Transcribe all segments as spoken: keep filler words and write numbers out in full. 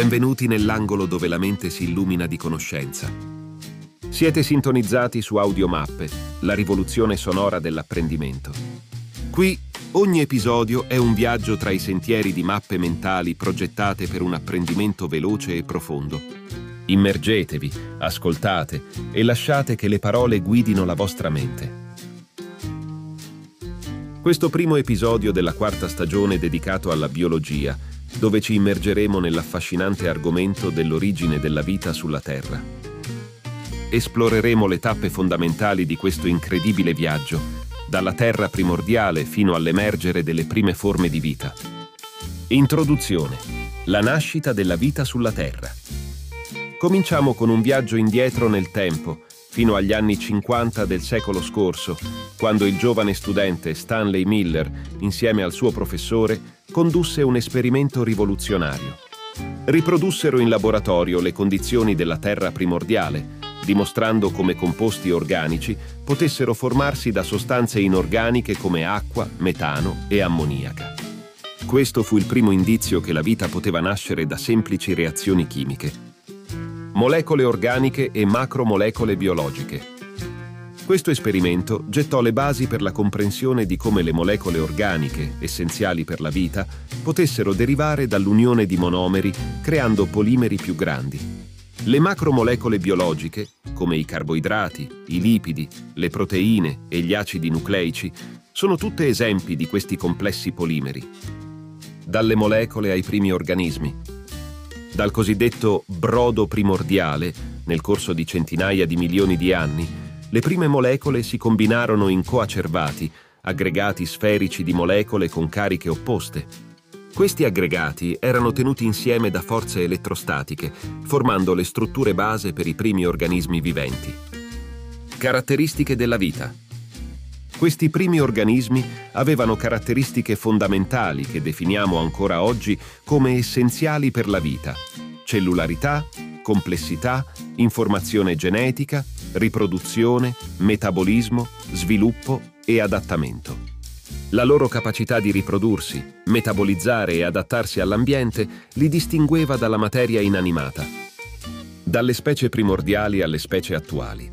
Benvenuti nell'angolo dove la mente si illumina di conoscenza. Siete sintonizzati su Audiomappe, la rivoluzione sonora dell'apprendimento. Qui ogni episodio è un viaggio tra i sentieri di mappe mentali progettate per un apprendimento veloce e profondo. Immergetevi, ascoltate e lasciate che le parole guidino la vostra mente. Questo primo episodio della quarta stagione è dedicato alla biologia, dove ci immergeremo nell'affascinante argomento dell'origine della vita sulla Terra. Esploreremo le tappe fondamentali di questo incredibile viaggio, dalla Terra primordiale fino all'emergere delle prime forme di vita. Introduzione: la nascita della vita sulla Terra. Cominciamo con un viaggio indietro nel tempo, fino agli anni cinquanta del secolo scorso, quando il giovane studente Stanley Miller, insieme al suo professore, condusse un esperimento rivoluzionario. Riprodussero in laboratorio le condizioni della Terra primordiale, dimostrando come composti organici potessero formarsi da sostanze inorganiche come acqua, metano e ammoniaca. Questo fu il primo indizio che la vita poteva nascere da semplici reazioni chimiche. Molecole organiche e macromolecole biologiche. Questo esperimento gettò le basi per la comprensione di come le molecole organiche, essenziali per la vita, potessero derivare dall'unione di monomeri, creando polimeri più grandi. Le macromolecole biologiche, come i carboidrati, i lipidi, le proteine e gli acidi nucleici, sono tutte esempi di questi complessi polimeri. Dalle molecole ai primi organismi. Dal cosiddetto brodo primordiale, nel corso di centinaia di milioni di anni, le prime molecole si combinarono in coacervati, aggregati sferici di molecole con cariche opposte. Questi aggregati erano tenuti insieme da forze elettrostatiche, formando le strutture base per i primi organismi viventi. Caratteristiche della vita. Questi primi organismi avevano caratteristiche fondamentali che definiamo ancora oggi come essenziali per la vita: cellularità, complessità, informazione genetica, riproduzione, metabolismo, sviluppo e adattamento. La loro capacità di riprodursi, metabolizzare e adattarsi all'ambiente li distingueva dalla materia inanimata, dalle specie primordiali alle specie attuali.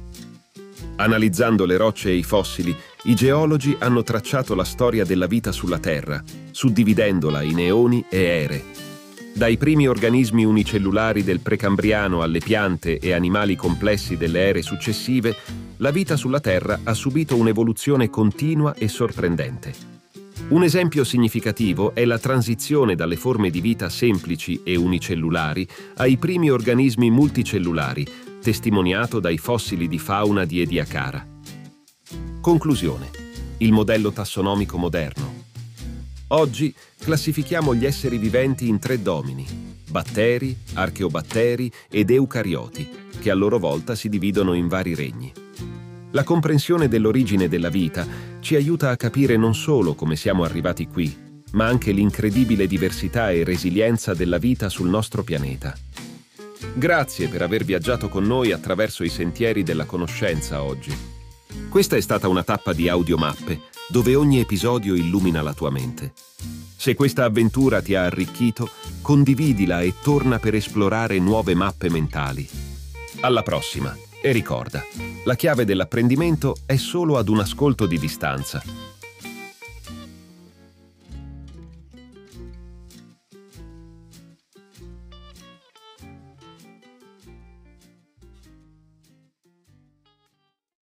Analizzando le rocce e i fossili, i geologi hanno tracciato la storia della vita sulla Terra, suddividendola in eoni e ere. Dai primi organismi unicellulari del Precambriano alle piante e animali complessi delle ere successive, la vita sulla Terra ha subito un'evoluzione continua e sorprendente. Un esempio significativo è la transizione dalle forme di vita semplici e unicellulari ai primi organismi multicellulari, testimoniato dai fossili di fauna di Ediacara. Conclusione: il modello tassonomico moderno. Oggi classifichiamo gli esseri viventi in tre domini: batteri, archeobatteri ed eucarioti, che a loro volta si dividono in vari regni. La comprensione dell'origine della vita ci aiuta a capire non solo come siamo arrivati qui, ma anche l'incredibile diversità e resilienza della vita sul nostro pianeta. Grazie per aver viaggiato con noi attraverso i sentieri della conoscenza oggi. Questa è stata una tappa di Audiomappe, dove ogni episodio illumina la tua mente. Se questa avventura ti ha arricchito, condividila e torna per esplorare nuove mappe mentali. Alla prossima, e ricorda, la chiave dell'apprendimento è solo ad un ascolto di distanza.